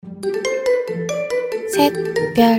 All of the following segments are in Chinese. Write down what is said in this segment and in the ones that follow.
셋 별。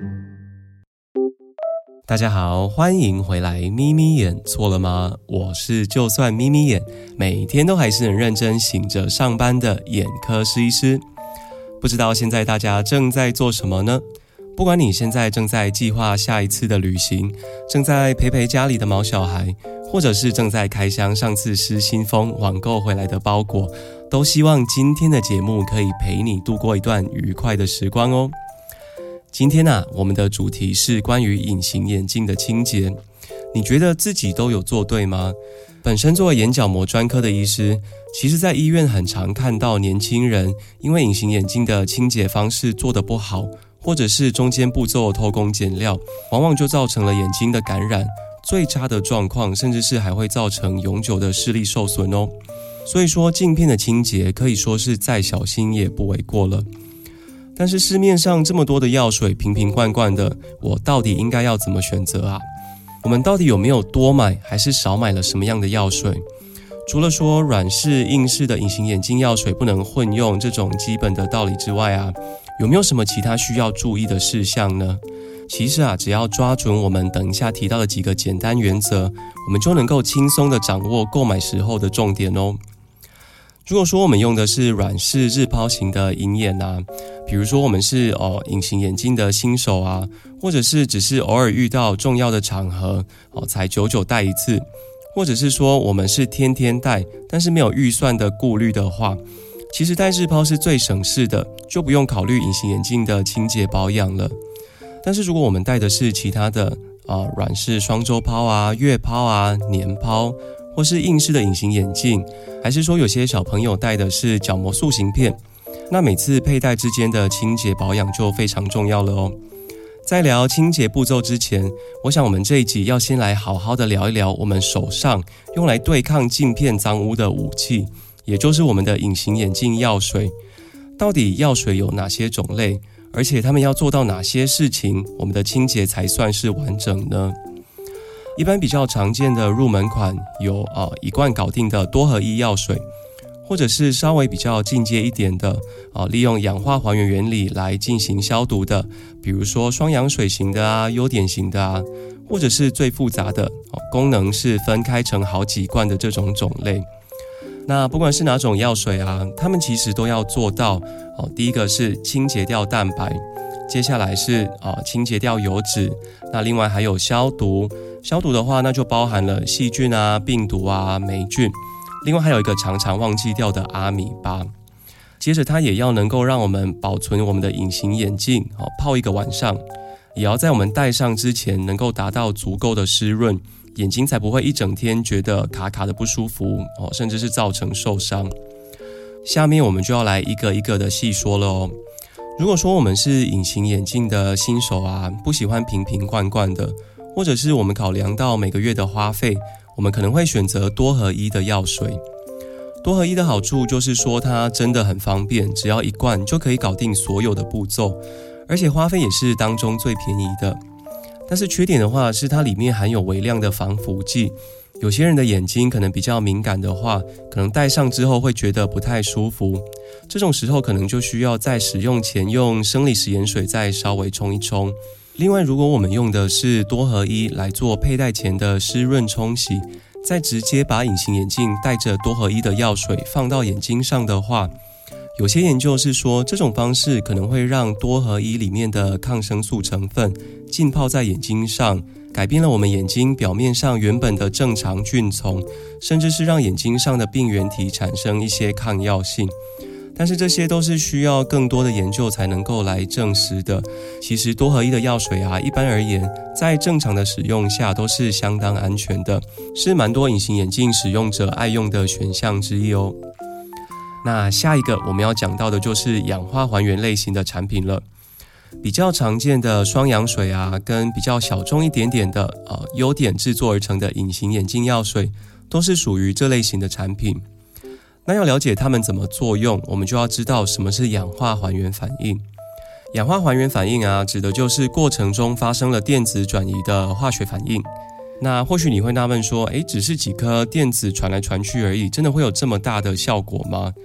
大家好，欢迎回来眯眯眼错了吗？我是就算眯眯眼，每天都还是很认真醒着上班的眼科师医师。不知道现在大家正在做什么呢？不管你现在正在计划下一次的旅行，正在陪家里的毛小孩，或者是正在开箱上次失心疯网购回来的包裹，都希望今天的节目可以陪你度过一段愉快的时光哦。今天我们的主题是关于隐形眼镜的清洁。你觉得自己都有做对吗？本身作为眼角膜专科的医师，其实在医院很常看到年轻人因为隐形眼镜的清洁方式做得不好，或者是中间步骤偷工减料，往往就造成了眼睛的感染，最差的状况甚至是还会造成永久的视力受损哦。所以说镜片的清洁可以说是再小心也不为过了。但是市面上这么多的药水瓶瓶罐罐的，我到底应该要怎么选择啊？我们到底有没有多买还是少买了什么样的药水？除了说软式硬式的隐形眼镜药水不能混用这种基本的道理之外有没有什么其他需要注意的事项呢？其实只要抓准我们等一下提到的几个简单原则，我们就能够轻松的掌握购买时候的重点哦。如果说我们用的是软式日抛型的隐眼比如说我们是隐形眼镜的新手或者是只是偶尔遇到重要的场合才久久戴一次，或者是说我们是天天戴但是没有预算的顾虑的话，其实戴日抛是最省事的，就不用考虑隐形眼镜的清洁保养了。但是如果我们戴的是其他的软式双周抛月抛年抛，或是硬式的隐形眼镜，还是说有些小朋友戴的是角膜塑形片，那每次佩戴之间的清洁保养就非常重要了哦。在聊清洁步骤之前，我想我们这一集要先来好好的聊一聊我们手上用来对抗镜片脏污的武器，也就是我们的隐形眼镜药水。到底药水有哪些种类，而且他们要做到哪些事情，我们的清洁才算是完整呢？一般比较常见的入门款有一罐搞定的多合一药水，或者是稍微比较进阶一点的利用氧化还原原理来进行消毒的，比如说双氧水型的优碘型的或者是最复杂的功能是分开成好几罐的这种种类。那不管是哪种药水它们其实都要做到第一个是清洁掉蛋白，接下来是清洁掉油脂，那另外还有消毒的话，那就包含了细菌病毒霉菌，另外还有一个常常忘记掉的阿米巴。接着它也要能够让我们保存我们的隐形眼镜泡一个晚上，也要在我们戴上之前能够达到足够的湿润，眼睛才不会一整天觉得卡卡的不舒服甚至是造成受伤。下面我们就要来一个一个的细说了哦。如果说我们是隐形眼镜的新手不喜欢瓶瓶罐罐的，或者是我们考量到每个月的花费，我们可能会选择多合一的药水。多合一的好处就是说它真的很方便，只要一罐就可以搞定所有的步骤，而且花费也是当中最便宜的。但是缺点的话是它里面含有微量的防腐剂，有些人的眼睛可能比较敏感的话，可能戴上之后会觉得不太舒服，这种时候可能就需要在使用前用生理食盐水再稍微冲一冲。另外如果我们用的是多合一来做佩戴前的湿润冲洗，再直接把隐形眼镜带着多合一的药水放到眼睛上的话，有些研究是说这种方式可能会让多合一里面的抗生素成分浸泡在眼睛上，改变了我们眼睛表面上原本的正常菌丛，甚至是让眼睛上的病原体产生一些抗药性。但是这些都是需要更多的研究才能够来证实的。其实多合一的药水一般而言在正常的使用下都是相当安全的，是蛮多隐形眼镜使用者爱用的选项之一哦。那下一个我们要讲到的就是氧化还原类型的产品了。比较常见的双氧水跟比较小众一点点的优碘制作而成的隐形眼镜药水，都是属于这类型的产品。那要了解它们怎么作用，我们就要知道什么是氧化还原反应。氧化还原反应指的就是过程中发生了电子转移的化学反应。那或许你会纳闷说，只是几颗电子传来传去而已，真的会有这么大的效果吗？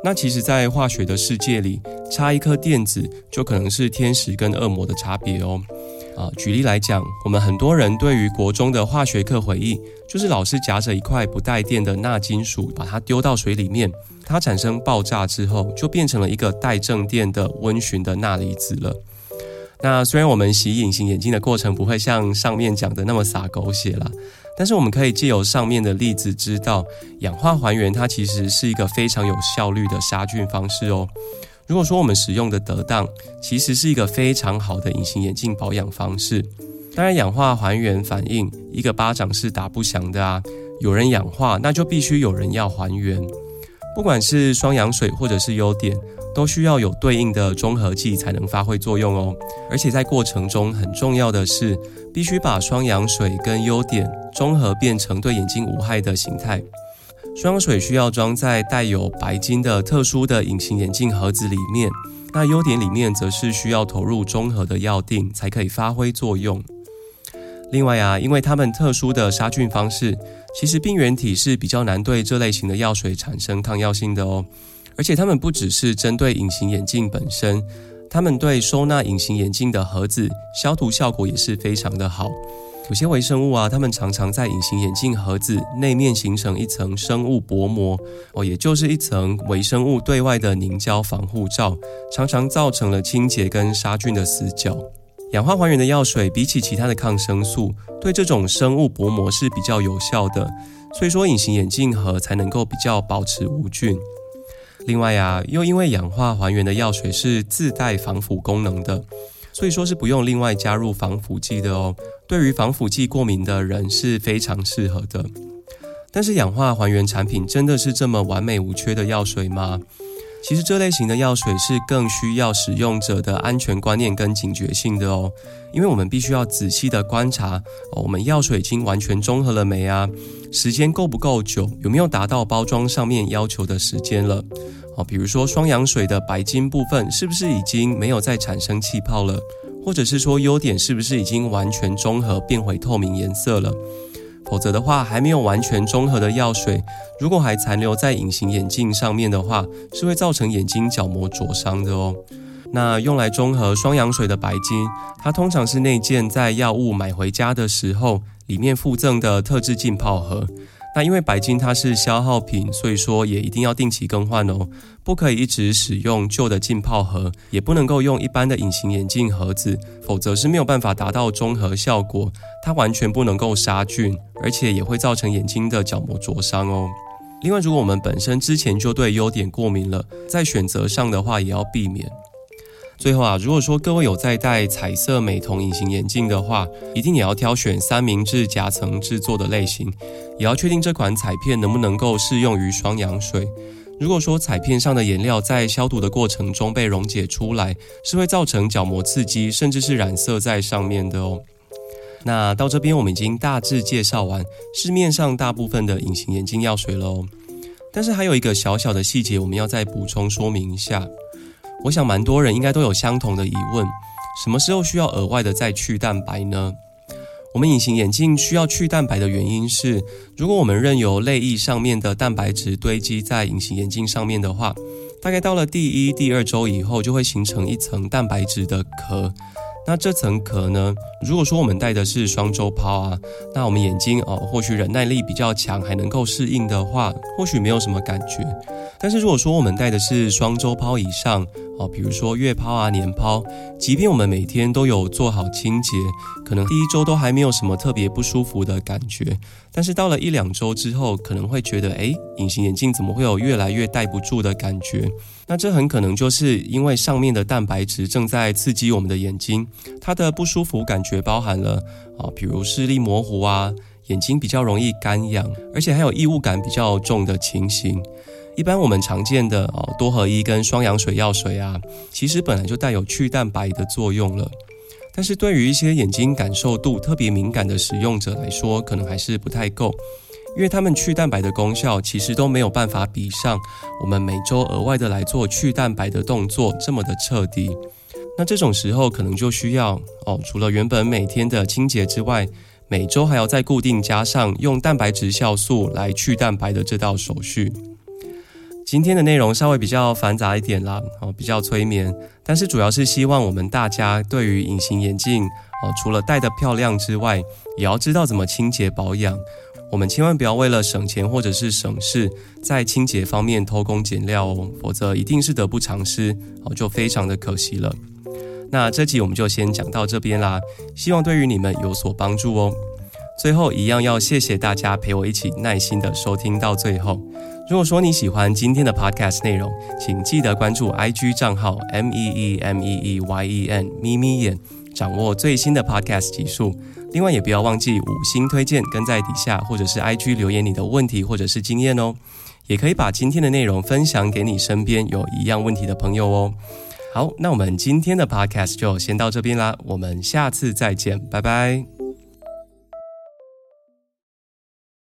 那其实在化学的世界里，差一颗电子就可能是天使跟恶魔的差别哦。举例来讲，我们很多人对于国中的化学课回忆，就是老师夹着一块不带电的钠金属，把它丢到水里面，它产生爆炸之后，就变成了一个带正电的温循的钠离子了。那虽然我们洗隐形眼镜的过程不会像上面讲的那么洒狗血啦，但是我们可以借由上面的例子知道，氧化还原它其实是一个非常有效率的杀菌方式哦。如果说我们使用的得当，其实是一个非常好的隐形眼镜保养方式。当然，氧化还原反应一个巴掌是打不响的啊，有人氧化，那就必须有人要还原。不管是双氧水或者是优碘，都需要有对应的中和剂才能发挥作用哦。而且在过程中很重要的是，必须把双氧水跟优碘中和变成对眼睛无害的形态。双氧水需要装在带有白金的特殊的隐形眼镜盒子里面，那优碘里面则是需要投入中和的药锭才可以发挥作用。另外因为它们特殊的杀菌方式，其实病原体是比较难对这类型的药水产生抗药性的哦。而且它们不只是针对隐形眼镜本身，它们对收纳隐形眼镜的盒子消毒效果也是非常的好。有些微生物它们常常在隐形眼镜盒子内面形成一层生物薄膜也就是一层微生物对外的凝胶防护罩，常常造成了清洁跟杀菌的死角。氧化还原的药水比起其他的抗生素，对这种生物薄膜是比较有效的，所以说隐形眼镜盒才能够比较保持无菌。另外又因为氧化还原的药水是自带防腐功能的，所以说是不用另外加入防腐剂的哦。对于防腐剂过敏的人是非常适合的。但是氧化还原产品真的是这么完美无缺的药水吗？其实这类型的药水是更需要使用者的安全观念跟警觉性的哦，因为我们必须要仔细的观察我们药水已经完全中和了没时间够不够久，有没有达到包装上面要求的时间了比如说双氧水的白金部分是不是已经没有再产生气泡了，或者是说优碘是不是已经完全中和变回透明颜色了。否则的话，还没有完全中和的药水，如果还残留在隐形眼镜上面的话，是会造成眼睛角膜灼伤的哦。那用来中和双氧水的白金，它通常是内建在药物买回家的时候里面附赠的特制浸泡盒。那因为白金它是消耗品，所以说也一定要定期更换哦，不可以一直使用旧的浸泡盒，也不能够用一般的隐形眼镜盒子，否则是没有办法达到中和效果，它完全不能够杀菌，而且也会造成眼睛的角膜灼伤哦。另外，如果我们本身之前就对优碘过敏了，在选择上的话也要避免。最后如果说各位有在戴彩色美瞳隐形眼镜的话，一定也要挑选三明治夹层制作的类型，也要确定这款彩片能不能够适用于双氧水。如果说彩片上的颜料在消毒的过程中被溶解出来，是会造成角膜刺激，甚至是染色在上面的哦。那到这边我们已经大致介绍完市面上大部分的隐形眼镜药水了哦。但是还有一个小小的细节我们要再补充说明一下。我想蛮多人应该都有相同的疑问，什么时候需要额外的再去蛋白呢？我们隐形眼镜需要去蛋白的原因是，如果我们任由泪液上面的蛋白质堆积在隐形眼镜上面的话，大概到了第1、第2周以后就会形成一层蛋白质的壳。那这层壳呢，如果说我们戴的是双周抛那我们眼睛或许忍耐力比较强，还能够适应的话，或许没有什么感觉。但是如果说我们戴的是双周抛以上比如说月抛年抛，即便我们每天都有做好清洁，可能第1周都还没有什么特别不舒服的感觉，但是到了1、2周之后，可能会觉得隐形眼镜怎么会有越来越戴不住的感觉。那这很可能就是因为上面的蛋白质正在刺激我们的眼睛，它的不舒服感觉包含了比如视力模糊眼睛比较容易干痒，而且还有异物感比较重的情形。一般我们常见的多合一跟双氧水药水其实本来就带有去蛋白的作用了，但是对于一些眼睛感受度特别敏感的使用者来说，可能还是不太够，因为他们去蛋白的功效其实都没有办法比上我们每周额外的来做去蛋白的动作这么的彻底。那这种时候可能就需要除了原本每天的清洁之外，每周还要再固定加上用蛋白质酵素来去蛋白的这道手续。 今天的内容稍微比较繁杂一点啦，比较催眠，但是主要是希望我们大家对于隐形眼镜除了戴得漂亮之外，也要知道怎么清洁保养。我们千万不要为了省钱或者是省事，在清洁方面偷工减料哦，否则一定是得不偿失，就非常的可惜了。那这集我们就先讲到这边啦，希望对于你们有所帮助哦。最后一样要谢谢大家陪我一起耐心的收听到最后。如果说你喜欢今天的 podcast 内容，请记得关注 IG 账号 MEEMEEYEN 咪咪眼，掌握最新的 podcast 集数。另外也不要忘记5星推荐跟在底下，或者是 IG 留言你的问题或者是经验哦。也可以把今天的内容分享给你身边有一样问题的朋友哦。好，那我们今天的 podcast 就先到这边啦，我们下次再见，拜拜。